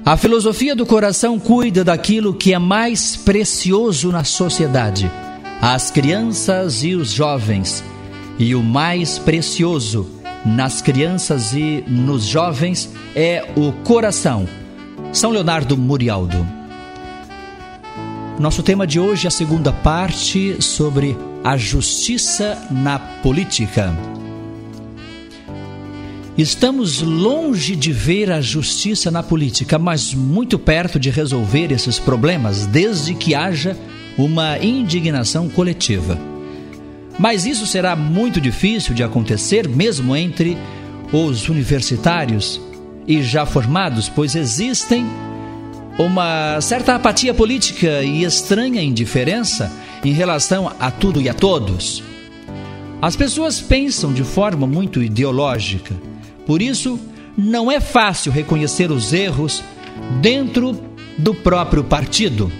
A filosofia do coração cuida daquilo que é mais precioso na sociedade, as crianças e os jovens. E o mais precioso nas crianças e nos jovens é o coração. São Leonardo Murialdo. Nosso tema de hoje é a segunda parte sobre a justiça na política. Estamos longe de ver a justiça na política, mas muito perto de resolver esses problemas, desde que haja uma indignação coletiva. Mas isso será muito difícil de acontecer, mesmo entre os universitários e já formados, pois existem uma certa apatia política e estranha indiferença em relação a tudo e a todos. As pessoas pensam de forma muito ideológica. Por isso, não é fácil reconhecer os erros dentro do próprio partido.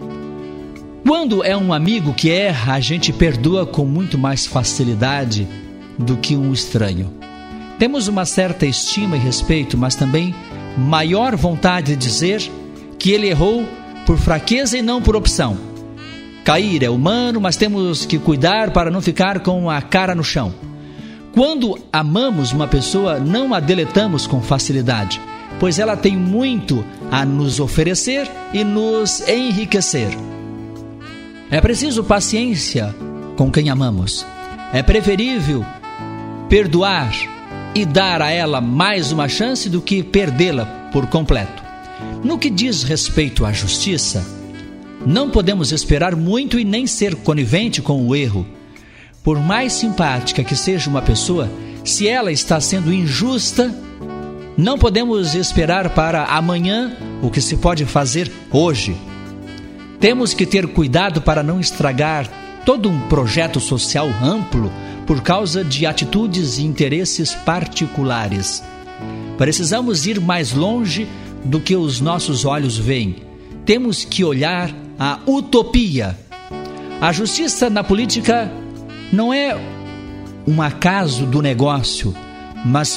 Quando é um amigo que erra, a gente perdoa com muito mais facilidade do que um estranho. Temos uma certa estima e respeito, mas também maior vontade de dizer que ele errou por fraqueza e não por opção. Cair é humano, mas temos que cuidar para não ficar com a cara no chão. Quando amamos uma pessoa, não a deletamos com facilidade, pois ela tem muito a nos oferecer e nos enriquecer. É preciso paciência com quem amamos. É preferível perdoar e dar a ela mais uma chance do que perdê-la por completo. No que diz respeito à justiça, não podemos esperar muito e nem ser conivente com o erro. Por mais simpática que seja uma pessoa, se ela está sendo injusta, não podemos esperar para amanhã o que se pode fazer hoje. Temos que ter cuidado para não estragar todo um projeto social amplo por causa de atitudes e interesses particulares. Precisamos ir mais longe do que os nossos olhos veem. Temos que olhar a utopia. A justiça na política não é um acaso do negócio, mas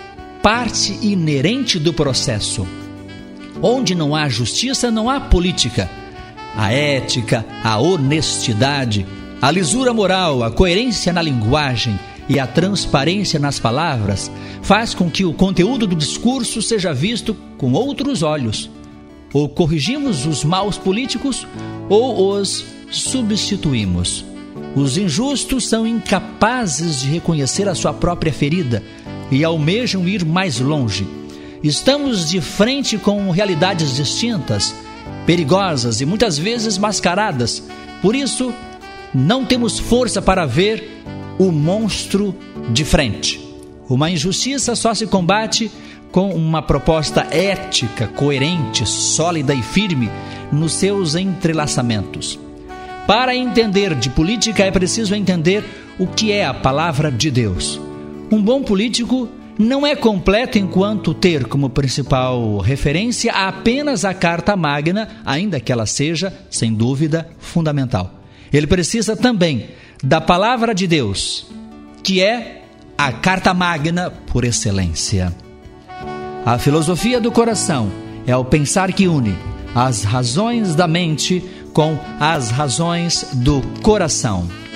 parte inerente do processo. Onde não há justiça, não há política. A ética, a honestidade, a lisura moral, a coerência na linguagem e a transparência nas palavras faz com que o conteúdo do discurso seja visto com outros olhos. Ou corrigimos os maus políticos ou os substituímos. Os injustos são incapazes de reconhecer a sua própria ferida e almejam ir mais longe. Estamos de frente com realidades distintas, perigosas e muitas vezes mascaradas. Por isso, não temos força para ver o monstro de frente. Uma injustiça só se combate com uma proposta ética, coerente, sólida e firme nos seus entrelaçamentos. Para entender de política é preciso entender o que é a palavra de Deus. Um bom político não é completo enquanto ter como principal referência apenas a Carta Magna, ainda que ela seja, sem dúvida, fundamental. Ele precisa também da palavra de Deus, que é a Carta Magna por excelência. A filosofia do coração é o pensar que une as razões da mente com as razões do coração.